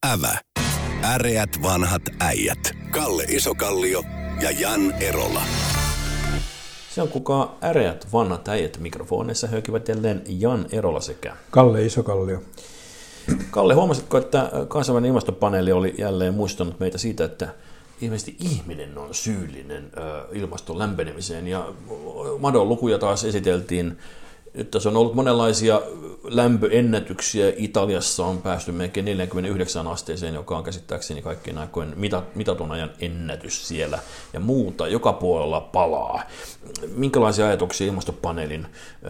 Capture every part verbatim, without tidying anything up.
Ävä. Äreät vanhat äijät. Kalle Isokallio ja Jan Erola. Se on kuka äreät vanhat äijät. Mikrofoneissa höykivät jälleen Jan Erola sekä Kalle Isokallio. Kalle, huomasitko, että kansainvälinen ilmastopaneeli oli jälleen muistanut meitä siitä, että ilmeisesti ihminen on syyllinen ilmaston lämpenemiseen, ja madon lukuja taas esiteltiin. Nyt tässä on ollut monenlaisia lämpöennätyksiä. Italiassa on päästy melkein neljäkymmentäyhdeksän asteeseen, joka on käsittääkseni kaikkien aikojen mitatun ajan ennätys siellä, ja muuta joka puolella palaa. Minkälaisia ajatuksia ilmastopaneelin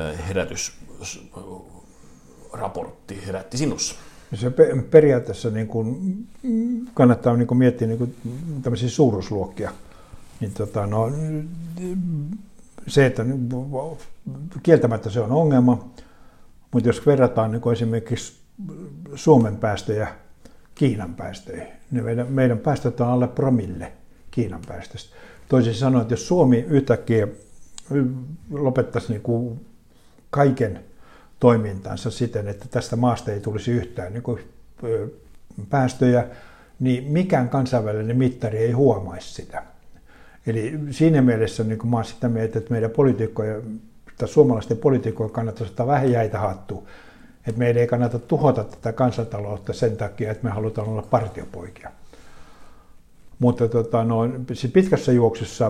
herätysraportti herätti sinussa? Se periaatteessa niin kuin kannattaa niin kuin miettiä niin kuin tämmöisiä suuruusluokkia. Niin tota, no, se, että kieltämättä se on ongelma, mutta jos verrataan niin kuin esimerkiksi Suomen päästöjä Kiinan päästöihin, niin meidän, meidän päästöt on alle promille Kiinan päästöistä. Toisin sanoen, että jos Suomi yhtäkkiä lopettaisi niin kuin kaiken toimintansa siten, että tästä maasta ei tulisi yhtään niin kuin päästöjä, niin mikään kansainvälinen mittari ei huomaisi sitä. Eli siinä mielessä niin kuin mä olen sitä mieltä, että meidän poliitikkoja, tai suomalaisten poliitikkojen kannattaisi ottaa vähän jäitä hattuun. Että meidän ei kannata tuhota tätä kansantaloutta sen takia, että me halutaan olla partiopoikia. Mutta tota, no, pitkässä juoksussa,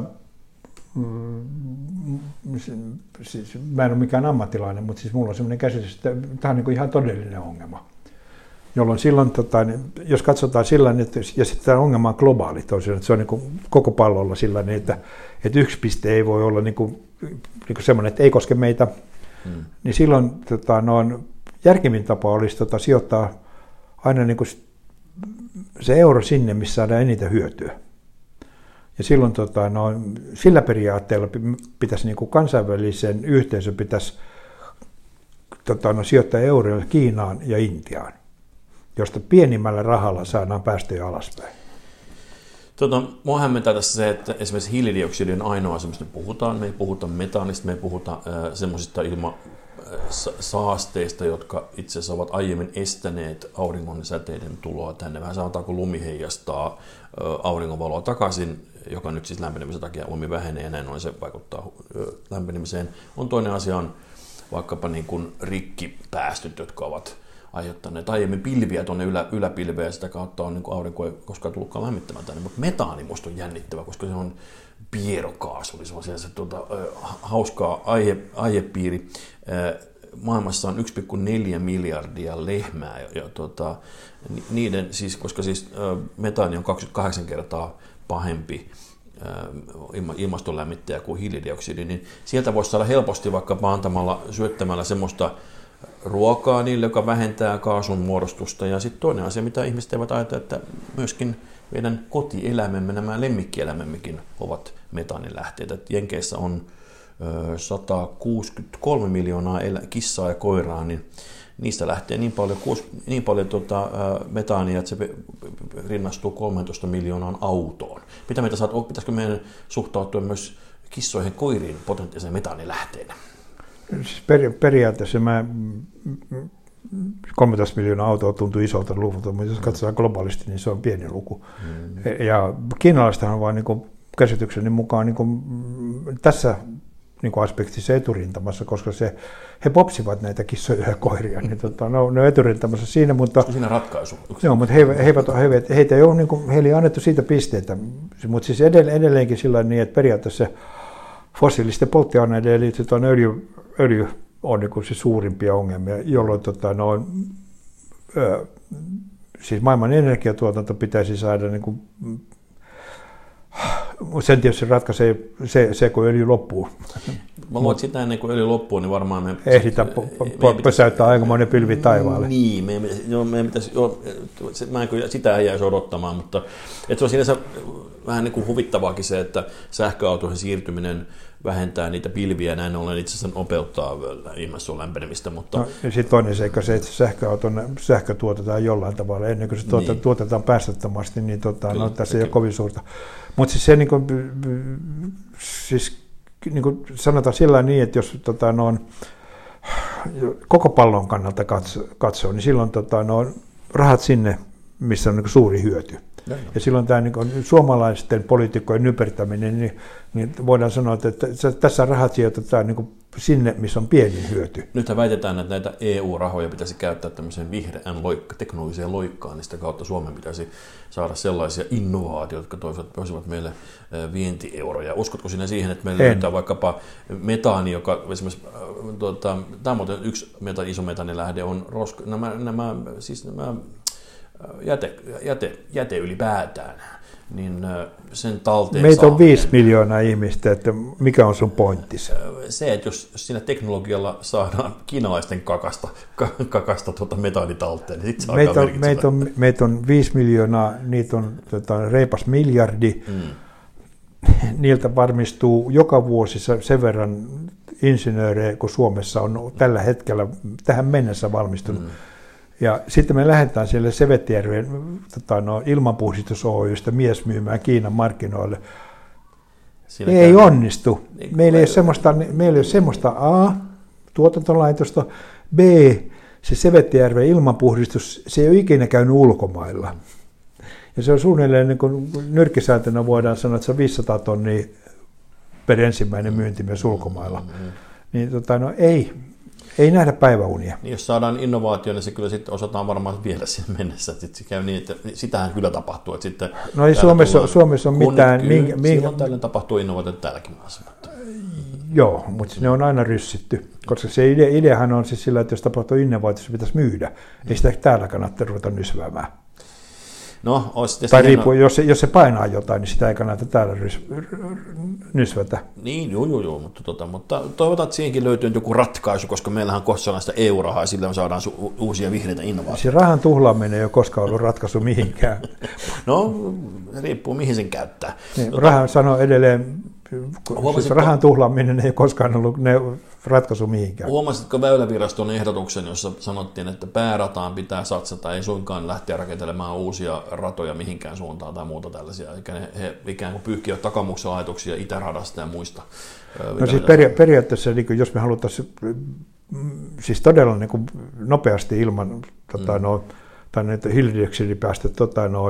siis, mä en ole mikään ammattilainen, mutta siis mulla on sellainen käsitys, että tämä on niin kuin ihan todellinen ongelma. Jolloin silloin, tota, jos katsotaan sillä tavalla, ja sitten tämä ongelma on globaali tosiaan, että se on niin kuin koko pallolla sillä tavalla, että, että yksi piste ei voi olla niin kuin, niin kuin semmoinen, että ei koske meitä, hmm. niin silloin tota, no, järkevin tapa olisi tota, sijoittaa aina niin kuin se euro sinne, missä saadaan eniten hyötyä. Ja silloin tota, no, sillä periaatteella pitäisi niin kuin kansainvälisen yhteisön pitäisi tota, no, sijoittaa euroja Kiinaan ja Intiaan, josta pienimmällä rahalla saadaan päästöjä alaspäin. Tota, mua hämmentää tässä se, että esimerkiksi hiilidioksidi on ainoa asia, mistä me puhutaan. Me ei puhuta metaanista, me ei puhuta äh, semmoisista ilmasaasteista, jotka itse asiassa ovat aiemmin estäneet auringon säteiden tuloa tänne. Vähän sanotaan, kun lumi heijastaa äh, auringonvaloa takaisin, joka nyt siis lämpenemisen takia lumi vähenee ja näin ollen se vaikuttaa äh, lämpenemiseen. On toinen asia on vaikkapa niin kuin rikkipäästöt, jotka ovat aiheuttaneet aiemmin pilviä tuonne ylä, yläpilveä, ja sitä kautta on niin kuin aurinko ei koskaan tullutkaan lämmittämään tänne. Mutta metaani musta on jännittävä, koska se on bierokaasu, eli se on se tuota, hauskaa aihe, aihepiiri. Maailmassa on yksi pilkku neljä miljardia lehmää, ja, ja tuota, niiden, siis, koska siis metaani on kaksikymmentäkahdeksan kertaa pahempi ilmastonlämmittäjä kuin hiilidioksidi, niin sieltä voisi saada helposti vaikka antamalla, syöttämällä semmoista ruokaa niille, joka vähentää kaasun muodostusta. Ja sitten toinen asia, mitä ihmiset eivät ajatella, että myöskin meidän kotieläimemme, nämä lemmikkieläimemmekin ovat metaanilähteitä. Jenkeissä on sata kuusikymmentäkolme miljoonaa kissaa ja koiraa, niin niistä lähtee niin paljon, niin paljon tuota, metaania, että se rinnastuu kolmetoista miljoonaan autoon. Mitä meitä saat, pitäisikö meidän suhtautua myös kissoihin koiriin potentiaalisen metaanilähteenä? Siis per, periaatteessa mä, kolmetoista miljoonaa autoa tuntuu isolta luvulta, mutta jos katsotaan globaalisti, niin se on pieni luku. Mm. Ja kiinalaisethan on vain niin käsitykseni mukaan niin kuin, tässä niin kuin aspektissa eturintamassa, koska se, he popsivat näitä kissoja ja koiria, niin tota, no, ne on eturintamassa siinä, mutta olisiko siinä ratkaisu? Joo, mutta he, he, he, he, heitä ei ole, niin kuin, heille ei annettu siitä pisteitä, mutta siis edelleenkin sillä niin, että periaatteessa fossiilisten polttoaineiden eli on öljy, öljy on niin kuin se suurimpia ongelmia, jolloin tota, no, ö, siis maailman energiatuotanto pitäisi saada, niin kuin, sen tietysti ratkaisee se, se, kun öljy loppuu. Mä luulen, että sitä ennen kuin öljy loppuu, niin varmaan me ehditään pysäyttää aikamoinen pilvi taivaalle. Niin, me, joo, me pitäisi, joo, mä en kyllä sitä ei jäisi odottamaan, mutta että se on sinänsä vähän niin kuin huvittavaakin se, että sähköautoihin siirtyminen vähentää niitä pilviä ja näin ollen itse asiassa nopeuttaa ilmaston lämpenemistä. Mutta no, ja sitten toinen seikka se, että sähköauton sähkö tuotetaan jollain tavalla. Ennen kuin se tuota, niin. tuotetaan päästöttömästi, niin tota, kyllä, no, tässä ei ole kovin suurta. Mutta siis se niin kuin, siis, niin kuin sanotaan sillä niin, että jos tota, no, koko pallon kannalta katso, katsoo, niin silloin tota, no, rahat sinne missä on niin kuin suuri hyöty. Ja, ja silloin tämä niin kuin suomalaisten poliitikkojen nypertäminen, niin, niin voidaan sanoa, että tässä rahat sijoitetaan niin kuin sinne, missä on pienin hyöty. Nythän väitetään, että näitä E U-rahoja pitäisi käyttää tämmöiseen vihreään loikka, teknologiseen loikkaan, niin sitä kautta Suomen pitäisi saada sellaisia innovaatioita, jotka toisivat meille vientieuroja. Uskotko sinä siihen, että meillä löytää vaikkapa metaani, joka esimerkiksi, tuota, tämä on yksi meta, iso metaanilähde, on roska, nämä, nämä, siis nämä jäte, jäte, jäte ylipäätään. Niin sen talteen Meitä on saaminen, viisi miljoonaa ihmistä, että mikä on sun pointtisi? Se, että jos, jos siinä teknologialla saadaan kiinalaisten kakasta, kakasta tuota metaanitalteen, niin sitten meitä on, meitä, on, meitä on viisi miljoonaa, niitä on tota, reipas miljardi. Mm. Niiltä varmistuu joka vuosi sen verran insinöörejä, kun Suomessa on tällä hetkellä tähän mennessä valmistunut. Mm. Ja sitten me lähdetään siellä Sevettijärven tota, no, ilmanpuhdistus Oy:stä mies myymään Kiinan markkinoille. Siinä ei käy. Onnistu. Niin, meillä, ei ole semmoista, meillä ei ole semmoista A, tuotantolaitosta, B, se Sevettijärven ilmanpuhdistus, se ei ole ikinä käynyt ulkomailla. Ja se on suunnilleen, niin kuin nyrkkisääntönä voidaan sanoa, että se on viisisataa tonnia per ensimmäinen myynti myös ulkomailla. Mm-hmm. Niin tota, no ei. Ei nähdä päiväunia. Niin jos saadaan innovaatio, niin se kyllä sitten osataan varmaan viedä siihen mennessä. Sitten se käy niin, että sitähän kyllä tapahtuu. Että sitten no ei Suomessa, Suomessa on mitään. Kyllä, minkä, minkä... Silloin tällöin tapahtuu innovaatio täälläkin maassa. Mutta... Joo, mutta ne on aina ryssitty. Koska se idea, ideahan on siis sillä, että jos tapahtuu innovaatio, se pitäisi myydä. Mm. Ei sitä täällä kannata ruveta nysväämään. No, tai riippuu, hieno... jos, se, jos se painaa jotain, niin sitä ei kannata täällä rys, nysvätä. Niin, joo, joo, joo, mutta, tota, mutta toivotaan, että siihenkin löytyy joku ratkaisu, koska meillähän on kohta sellaista E U-rahaa, ja sillä me saadaan su- uusia vihreitä innovaatioita. Se rahan tuhlaaminen ei ole koskaan ollut ratkaisu mihinkään. No, riippuu mihin sen käyttää. Niin, tota... Rahan sanoo edelleen, siis rahan tuhlaaminen ei ole koskaan ollut ne ratkaisu mihinkään. Huomasitko Väyläviraston ehdotuksen, jossa sanottiin, että päärataan pitää satsata, ei suinkaan lähteä rakentelemaan uusia ratoja mihinkään suuntaan tai muuta tällaisia. Eli he ikään kuin pyyhkivät takamuksen ajatuksia Itäradasta ja muista. No siis peria- periaatteessa, niin jos me haluttaisiin siis todella niin kuin nopeasti ilman tota, mm. no, tai näitä hiilidioksidipäästöt tota, no,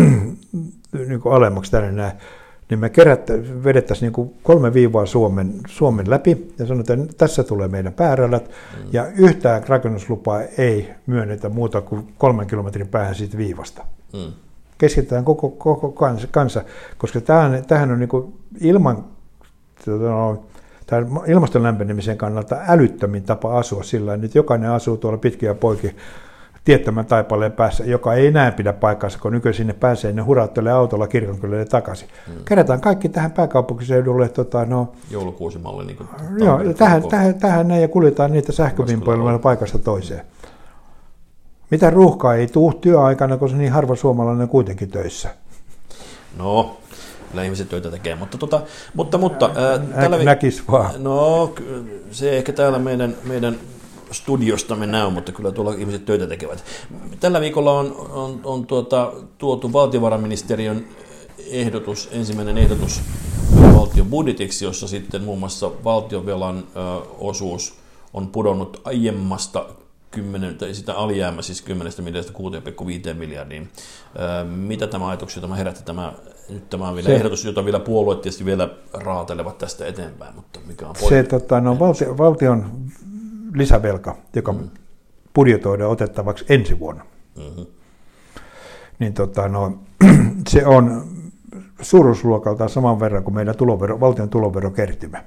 niin kuin alemmaksi tänne näin, niin me kerättä, vedettäisiin niin kuin kolme viivaa Suomen, Suomen läpi ja sanotaan, että tässä tulee meidän pääradat mm. ja yhtään rakennuslupaa ei myönnetä muuta kuin kolmen kilometrin päähän siitä viivasta. Mm. Keskitetään koko, koko kansa, kansa, koska tämähän, tämähän on niin kuin ilman, no, ilmaston lämpenemisen kannalta älyttömin tapa asua sillä tavalla, että jokainen asuu tuolla pitkiä poikin tiettömän taipaleen päässä, joka ei enää pidä paikkansa, kun nykyään sinne pääsee, ne hurauttelee autolla Kirkonkylälle takaisin. Hmm. Kerätään kaikki tähän pääkaupunkiseudulle. Tota, no, joulukuusimalli. Niin joo, tähän, tähän, tähän näin ja kuljetaan niitä sähkövimpoilla paikasta toiseen. Mitä ruuhkaa ei tule työaikana, koska niin harva suomalainen on kuitenkin töissä. No, kyllä ihmiset töitä tekee, mutta, tota, mutta, mutta ää, tällä näkis vaan. No, se ehkä täällä meidän, meidän studiostamme näy, mutta kyllä tuolla ihmiset töitä tekevät. Tällä viikolla on, on, on tuota, tuotu valtiovarainministeriön ehdotus, ensimmäinen ehdotus valtion budjetiksi, jossa sitten muun muassa valtionvelan ö, osuus on pudonnut aiemmasta kymmenen, tai sitä alijäämä siis kymmenestä miljardista kuuteen pilkku viiteen miljardiin. Ö, mitä tämä ajatuksia tämä herätti? Tämä, nyt tämä on vielä se, ehdotus, jota vielä puolueet tietysti vielä raatelevat tästä eteenpäin, mutta mikä on se, tota, no, valtio, valtion lisävelka, joka mm. budjetoidaan otettavaksi ensi vuonna, mm-hmm. niin tota, no, se on suuruusluokaltaan saman verran kuin meidän tulovero, valtion tuloverokertymä.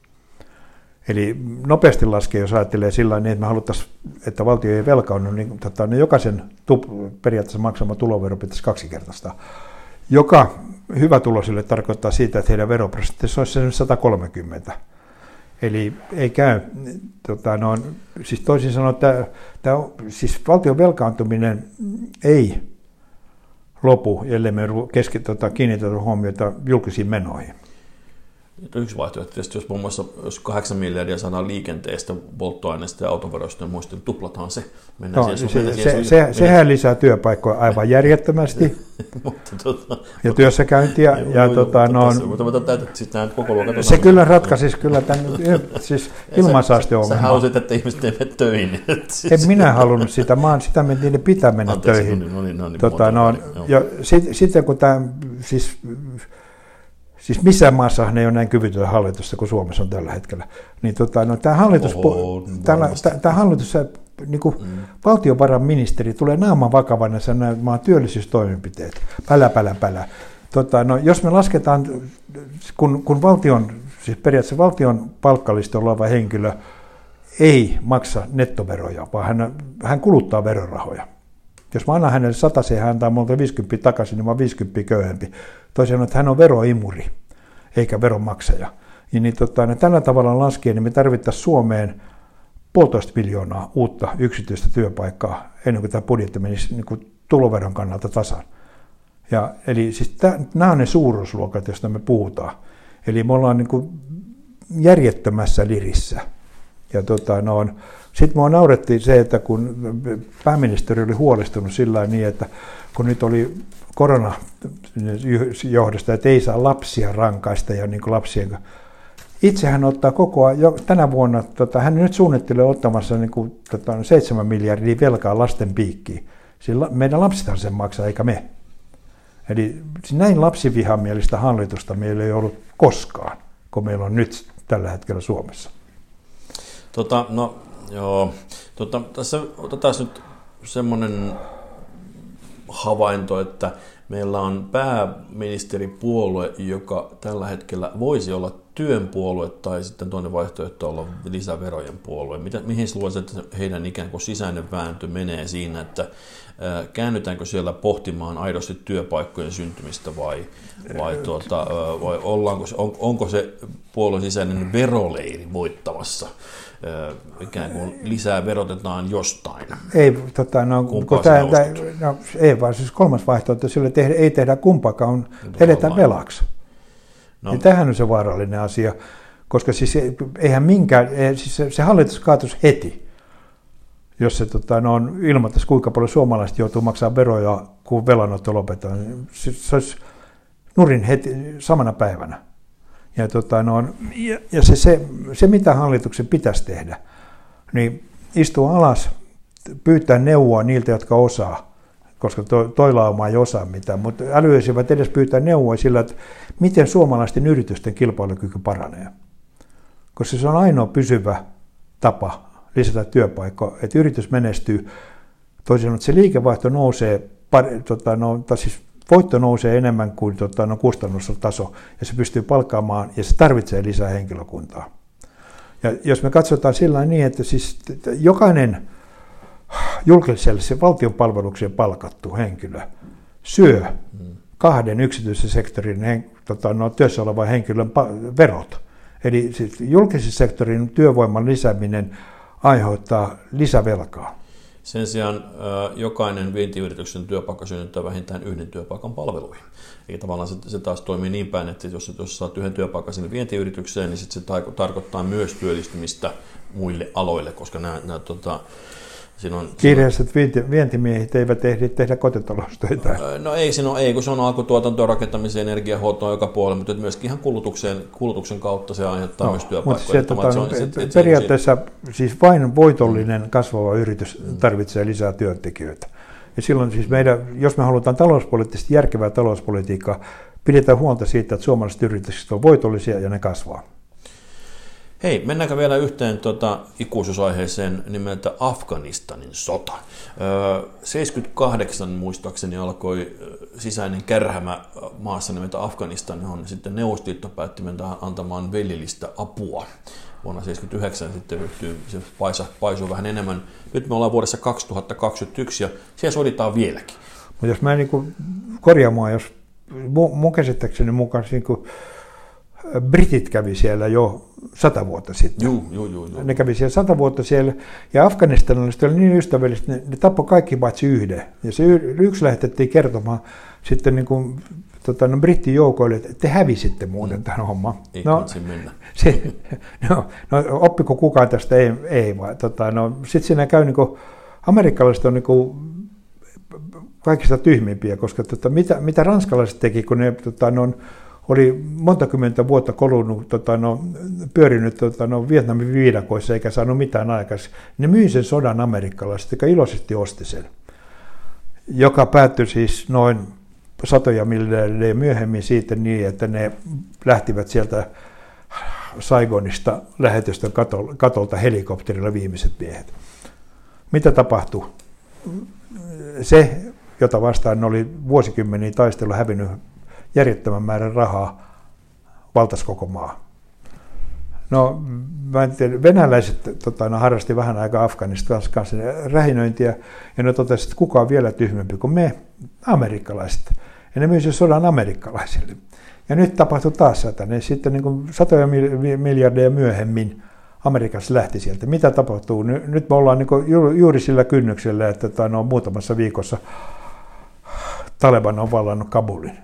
Eli nopeasti laskee, jos ajattelee sillä tavalla, niin että me haluttaisiin, että valtio ei velkaannut, niin tota, no, jokaisen tup, periaatteessa maksama tulovero pitäisi kaksinkertaistaa. Joka hyvätuloisille tarkoittaa siitä, että heidän veroprosenttinsa olisi sata kolmekymmentä. Eli ei käy, tota, no, siis toisin sanoen, että tämä, siis valtion velkaantuminen ei lopu, ellei me keski, tota, kiinnitetä huomiota julkisiin menoihin. Yksi vaihtoehto, tietysti jos muun muassa jos kahdeksan miljardia saadaan liikenteestä, polttoaineesta ja autoverosta, niin muistin, tuplataan se. No, siihen, se, se, se, se, sehän lisää työpaikkoja aivan järjettömästi mutta, tota, ja työssäkäyntiä. Ja, ja, ja, tota, no, mutta, mutta täytyy sitten koko luokan. Se kyllä ratkaisisi kyllä tämän siis ilmansaasteongelman. Sä halusit, että ihmiset eivät töihin. En minä halunnut sitä, mä oon sitä, että niiden pitää mennä Anteeksi, töihin. No niin, no niin, no niin, tota, no, ja sit, sitten kun tämä, siis, siis missään maassa ei ole näin kyvytöntä hallitusta kuin Suomessa on tällä hetkellä, niin tota, no, tämä hallitus, Oho, tällä, tämä hallitus niin kuin mm. valtiovarainministeri tulee naaman vakavana sanomaan työllisyystoimenpiteet, pälä, pälä, pälä. Tota, no, jos me lasketaan, kun, kun valtion, siis periaatteessa valtion palkkalistolla oleva henkilö ei maksa nettoveroja, vaan hän, hän kuluttaa verorahoja. Jos mä annan hänelle satasen ja hän antaa multa viisikymmentä takaisin, niin mä oon viisikymmentä köyhempi. Toisin että hän on veroimuri, eikä veronmaksaja. Ja niin, tota, no, tällä tavalla laskien niin me tarvittaisiin Suomeen puolitoista miljoonaa uutta yksityistä työpaikkaa ennen kuin tämä budjetti menisi niin kuin tuloveron kannalta tasan. Ja, eli siis nämä on ne suuruusluokat, joista me puhutaan. Eli me ollaan niin kuin järjettömässä lirissä. Ja tota, no sitten mua naurettiin se, että kun pääministeri oli huolestunut sillä niin, että kun nyt oli korona johdosta, että ei saa lapsia rankaista ja niin kuin lapsien itse hän ottaa koko ajan, jo tänä vuonna, tota, hän nyt suunnittelee ottamassa niin kuin, tota, seitsemän miljardia velkaa lasten piikkiin. Sillä meidän lapsethan sen maksaa, eikä me. Eli näin lapsivihamielistä hallitusta meillä ei ollut koskaan, kun meillä on nyt tällä hetkellä Suomessa. Tota, no, joo. Tota, tässä otetaan nyt semmoinen havainto, että meillä on pääministeripuolue, joka tällä hetkellä voisi olla työn puolue tai sitten toinen vaihtoehto olla lisäverojen puolue. Mitä, mihin luulisit, että heidän ikään kuin sisäinen vääntö menee siinä, että ää, käännytäänkö siellä pohtimaan aidosti työpaikkojen syntymistä vai, vai, tuota, ää, vai ollaanko, on, onko se puolueen sisäinen veroleiri voittamassa? Ää, ikään kuin lisää verotetaan jostain. Ei, tota, no, tämä, tämä, no, ei vaan siis kolmas vaihtoehto, sille tehdä, ei tehdä kumpaakaan, eletään velaksi. No. Ja tämähän on se vaarallinen asia, koska siis eihän minkään, siis se, se hallitus kaatuisi heti, jos se tota, no, ilmoittaisi, kuinka paljon suomalaiset joutuu maksamaan veroja, kun velanotto lopetetaan. Se, se olisi nurin heti samana päivänä. Ja, tota, no, ja, ja se, se, se, mitä hallituksen pitäisi tehdä, niin istua alas, pyytää neuvoa niiltä, jotka osaa, koska to, toi lauma ei osaa mitään, mutta älyisivät edes pyytää neuvoa sillä, että miten suomalaisten yritysten kilpailukyky paranee. Koska se on ainoa pysyvä tapa lisätä työpaikkoja, että yritys menestyy. Toisin sanoen, että se liikevaihto nousee, tota, no, tai siis voitto nousee enemmän kuin tota, no, kustannustaso, ja se pystyy palkkaamaan, ja se tarvitsee lisää henkilökuntaa. Ja jos me katsotaan sillä niin, että siis jokainen julkiselle se valtion palvelukseen palkattu henkilö syö kahden yksityisen sektorin hen, tota, no, työssä olevan henkilön pa- verot. Eli siis julkisen sektorin työvoiman lisääminen aiheuttaa lisävelkaa. Sen sijaan jokainen vientiyrityksen työpaikka synnyttää vähintään yhden työpaikan palveluihin. Eli tavallaan se, se taas toimii niin päin, että jos, jos saat yhden työpaikan sinne vientiyritykseen, niin sit se tarkoittaa myös työllistymistä muille aloille, koska nämä, nämä tota, on, kiireiset vienti, vientimiehet eivät ehdi tehdä kotitaloustöitä. No ei, siinä ei, kun se on alkutuotantoon, rakentamiseen, energiahuoltoon joka puolella, mutta myöskin ihan kulutuksen, kulutuksen kautta se aiheuttaa no, myös työpaikkoja. Mutta se, tota, se, se, periaatteessa se, siis vain voitollinen kasvava yritys tarvitsee lisää työntekijöitä. Ja silloin siis meidän, jos me halutaan talouspoliittisesti järkevää talouspolitiikkaa, pidetään huolta siitä, että suomalaiset yritykset ovat voitollisia ja ne kasvaa. Hei, mennäänkö vielä yhteen tuota, ikuisuusaiheeseen nimeltä Afganistanin sota. Öö, seitsemänkymmentäkahdeksan muistaakseni alkoi sisäinen kärhämä maassa nimeltä Afganistan, johon sitten Neuvostoliitto päätti mennä antamaan velillistä apua. Vuonna seitsemänkymmentäyhdeksän sitten ryhtyy, se paisuu vähän enemmän. Nyt me ollaan vuodessa kaksituhattakaksikymmentäyksi ja siellä soditaan vieläkin. Mutta jos mä niin korjaamaan, jos mun käsittääkseni mukaan niin kuin britit kävi siellä jo sata vuotta sitten. Juu, juu, juu, juu. Ne kävi siellä sata vuotta siellä, ja afganistanilaiset oli niin ystävällistä, ne, ne tappoi kaikki paitsi yhden. Ja se yksi lähetettiin kertomaan sitten niin kuin, tota, no, brittijoukoille, että te hävisitte muuten mm. tämän homman. Ei no, se, no, no, oppiko kukaan tästä? Ei, ei vaan. Tota, no, sitten siinä käy, niin kuin, amerikkalaiset on niin kuin, kaikista tyhmimpiä, koska tota, mitä, mitä ranskalaiset teki, kun ne tota, no, oli monta kymmentä vuotta kolunut, tota, no, pyörinyt tota, no, Vietnamin viidakoissa eikä saanut mitään aikaisemmin. Ne myi sen sodan amerikkalaiset, joka iloisesti osti sen, joka päättyi siis noin satoja miljardia myöhemmin siitä niin, että ne lähtivät sieltä Saigonista lähetystön katolta helikopterilla viimeiset miehet. Mitä tapahtui? Se, jota vastaan oli vuosikymmeniä taistelu hävinnyt järjettömän määrän rahaa, valtasi koko maa. No, mä en tiedä, venäläiset tota, no, harrasti vähän aikaa Afganistanissa kanssa rähinöintiä, ja ne totesivat, että kuka on vielä tyhmempi kuin me, amerikkalaiset. Ja ne myysivät sodan amerikkalaisille. Ja nyt tapahtui taas satanen. Sitten niin kuin satoja miljardeja myöhemmin Amerikassa lähti sieltä. Mitä tapahtuu? Nyt me ollaan niin kuin juuri sillä kynnyksellä, että tota, no, muutamassa viikossa Taliban on vallannut Kabulin.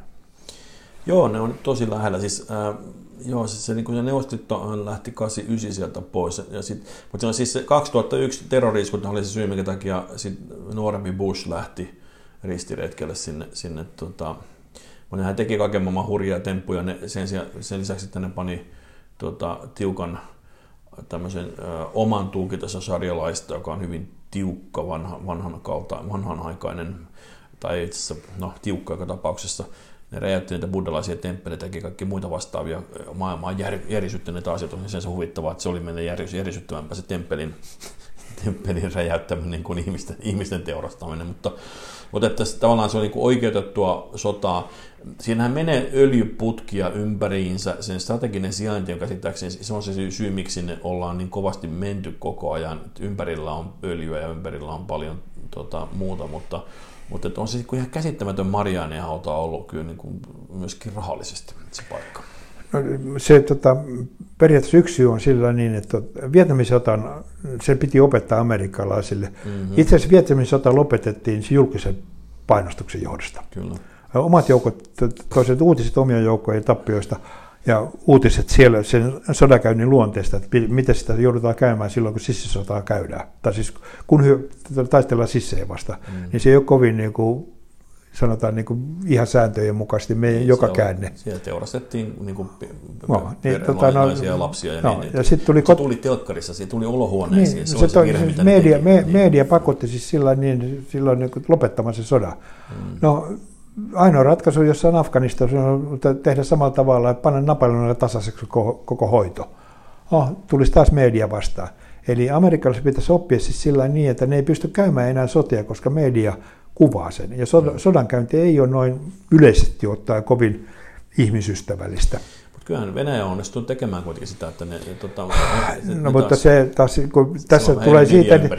Joo, ne on tosi lähellä. Siis, äh, joo, siis se, niin kuin se Neuvostoliitto lähti kahdeksankymmentäyhdeksän sieltä pois. Ja sit, mutta se, siis se kaksituhattayksi terrori-iskut oli se syy, minkä takia sit nuorempi Bush lähti ristiretkelle sinne. sinne tota, hän teki kaiken maailman hurjia temppuja. Ne, sen, sen lisäksi sitten ne pani tota, tiukan tämmöisen ö, oman tulkintansa sarjalaista, joka on hyvin tiukka, vanha, vanhan kalta, vanhanaikainen, tai itse asiassa no, tiukka joka tapauksessa. Ne räjäytti niitä buddhalaisia temppeleitä ja kaikki muita vastaavia maailmaa jär, järisyttäneitä asioita. On sen huvittavaa, että se oli meille järis, järisyttävämpää se temppelin, temppelin räjäyttäminen kuin ihmisten, ihmisten teurastaminen. Mutta, mutta että tavallaan se on niin kuin oikeutettua sotaa. Siinähän menee öljyputkia ympäriinsä. Sen strateginen sijainti on käsittääkseni, se on se syy, miksi sinne ollaan niin kovasti menty koko ajan. Ympärillä on öljyä ja ympärillä on paljon tota, muuta, mutta Mutta on se ihan käsittämätön Marianien-hauta ollut kyllä niin kuin myöskin rahallisesti se paikka. No, se tota, periaatteessa yksi syy on sillä niin, että Vietnamin sotan, se piti opettaa amerikkalaisille. Mm-hmm. Itse asiassa Vietnamin sota lopetettiin julkisen painostuksen johdosta. Kyllä. Omat joukot, toiset uutiset omien joukkojen tappioista ja uutiset siellä sen sodankäynnin luonteesta, että miten sitä joudutaan käymään silloin, kun sissisotaa käydään. Tai siis kun taistellaan sissejä vasta, mm. niin se ei ole kovin niin kuin, sanotaan niin kuin ihan sääntöjen mukaisesti meidän joka siellä, käänne. Siellä teurastettiin niin kuin no, niin, tota, no, naisia ja lapsia. Ja no, niin, ja sit tuli, se tuli telkkarissa, se tuli olohuoneisiin. Niin, se se se toi, virhe, siis mitä media, teki, me, niin. media pakotti siis silloin, niin, silloin niin kuin lopettamaan se sodan. Mm. No, ainoa ratkaisu, jossa on Afganistanissa, on tehdä samalla tavalla, että panna Napoleonille tasaiseksi koko, koko hoito. Oh, tulisi taas media vastaan. Eli amerikkalaiset pitäisi oppia siis sillä niin, että ne ei pysty käymään enää sotia, koska media kuvaa sen. Ja sodan, sodankäynti ei ole noin yleisesti ottaen kovin ihmisystävällistä. Mutta kyllähän Venäjä on onnistunut tekemään kuitenkin sitä, että ne... Tota, ne no mutta taas, se taas, kun tässä tulee siitä, että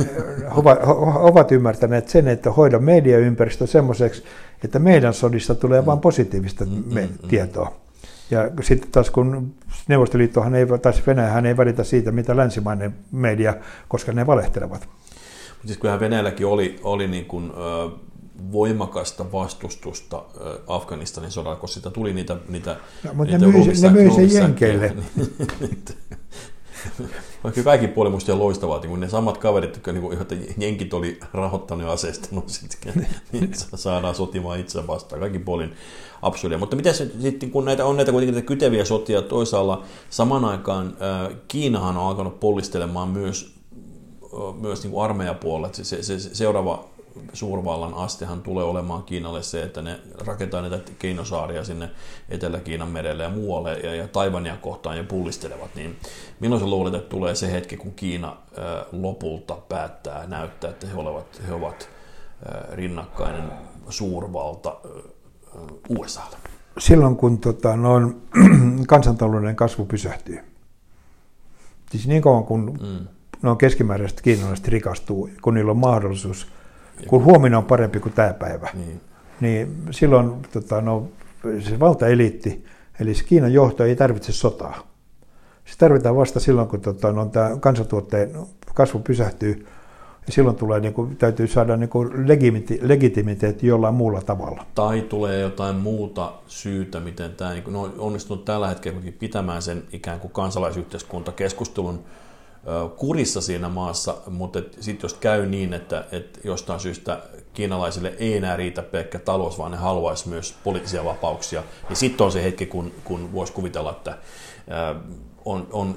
ovat, ovat ymmärtäneet sen, että hoida mediaympäristö semmoiseksi, että meidän sodista tulee mm. vain positiivista mm, me- mm, tietoa. Ja sitten taas kun Neuvostoliittohan ei, tai Venäjähän ei välitä siitä, mitä länsimainen media, koska ne valehtelevat. Mutta siis kyllähän Venäjälläkin oli, oli niin kuin, ö, voimakasta vastustusta ö, Afganistanin sodalla, koska sitä tuli niitä, niitä, no, mutta niitä ne myi, ne myi sen jenkeille. Vaikka kaikki puoli musta ihan loistavaa, niin ne samat kaverit, jotka jenkit oli rahoittanut ja aseistanut, niin saadaan sotimaan itseään vastaan. Kaikki puolin absurdia. Mutta miten sitten, kun näitä on näitä kuitenkin näitä kyteviä sotia toisaalla, saman aikaan äh, Kiinahan on alkanut pollistelemaan myös, äh, myös niin kuin armeijapuolella. Se, se, se seuraava suurvallan astehan tulee olemaan Kiinalle se, että ne rakentaa näitä keinosaaria sinne Etelä-Kiinan merelle ja muualle ja, ja Taivania kohtaan ja pullistelevat. Niin milloin sä luulet, että tulee se hetki, kun Kiina äh, lopulta päättää näyttää, että he, olevat, he ovat äh, rinnakkainen suurvalta äh, U S A:lle? Silloin, kun tota, noin, kansantalouden kasvu pysähtyy. Siis niin kauan, kun mm. noin keskimääräiset kiinalaiset rikastuu, kun niillä on mahdollisuus, kun huominen on parempi kuin tämä päivä, niin, niin silloin tota, no, se valtaeliitti Eli Kiinan johto ei tarvitse sotaa. Se tarvitaan vasta silloin, kun tota, no, tämä kansantuotteen kasvu pysähtyy. Ja silloin tulee, niin kuin, täytyy saada niin kuin legitimiteetti jollain muulla tavalla. Tai tulee jotain muuta syytä, miten tämä niin kuin, on onnistunut tällä hetkellä pitämään sen ikään kuin kansalaisyhteiskuntakeskustelun kurissa siinä maassa, mutta sitten jos käy niin, että, että jostain syystä kiinalaisille ei enää riitä pelkkä talous, vaan ne haluaisi myös poliittisia vapauksia, niin sitten on se hetki, kun, kun voisi kuvitella, että on, on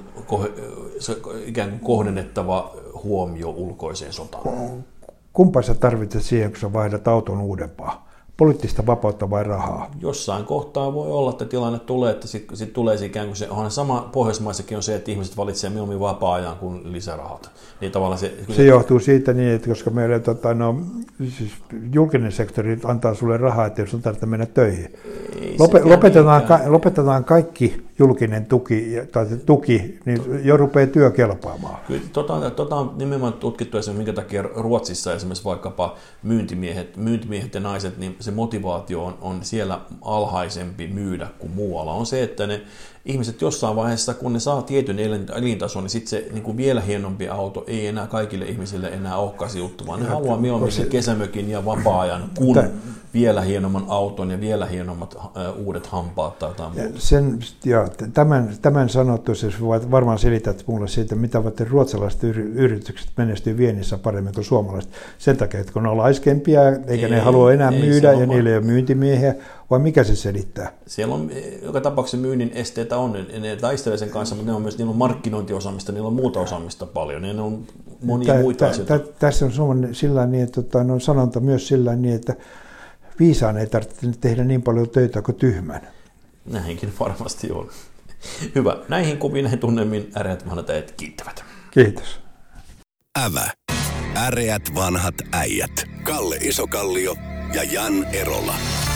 ikään kuin kohdennettava huomio ulkoiseen sotaan. Kumpa sä tarvitset siihen, kun sä vaihdat auton uudempaa? Poliittista vapautta vai rahaa? Jossain kohtaa voi olla, että tilanne tulee, että sitten sit tulee ikään kuin se, onhan sama Pohjoismaissakin on se, että ihmiset valitsevat mieluummin vapaa-ajan kuin lisärahat. Niin tavallaan se, se johtuu siitä niin, että koska meillä tota, no, siis julkinen sektori antaa sulle rahaa, että jos on tarvitse mennä töihin. Lopet, lopetetaan, ka, lopetetaan kaikki julkinen tuki, tai tuki, niin jo rupeaa työ kelpaamaan. Kyllä, tota, tota on nimenomaan tutkittu esimerkiksi, minkä takia Ruotsissa esimerkiksi vaikkapa myyntimiehet, myyntimiehet ja naiset, niin se motivaatio on, on siellä alhaisempi myydä kuin muualla. On se, että ne ihmiset jossain vaiheessa, kun ne saa tietyn elintason, niin sitten se niin kuin vielä hienompi auto ei enää kaikille ihmisille enää olekaan juttu, vaan ne haluaa mieluummin sen kesämökin ja vapaa-ajan, kun Tä, vielä hienomman auton ja vielä hienommat uh, uudet hampaat tai jotain muuta. Sen, ja, tämän, tämän sanottu, jos voit varmaan selität mulle siitä, mitä ovat ruotsalaiset yritykset menestyy viennissä paremmin kuin suomalaiset. Sen takia, että kun ne on laiskempia, eikä ei, ne halua enää ei, myydä ja niillä ei ole myyntimiehiä, vai mikä se selittää? Siellä on joka tapauksessa myynnin esteitä on. Ne taistelee sen kanssa, mutta ne on myös, niillä on markkinointiosaamista, niillä on muuta osaamista paljon. Ne on monia tä, muita tä, asioita. Tä, tässä on suomalainen sillä niin, että on sanonta myös sillä niin, että viisaan ei tarvitse tehdä niin paljon töitä kuin tyhmän. Näinkin varmasti on. Hyvä. Näihin kuviin, näihin tunnelmiin äreät vanhat äijät kiittävät. Kiitos. Ävä. Äreät vanhat äijät. Kalle Isokallio ja Jan Erola.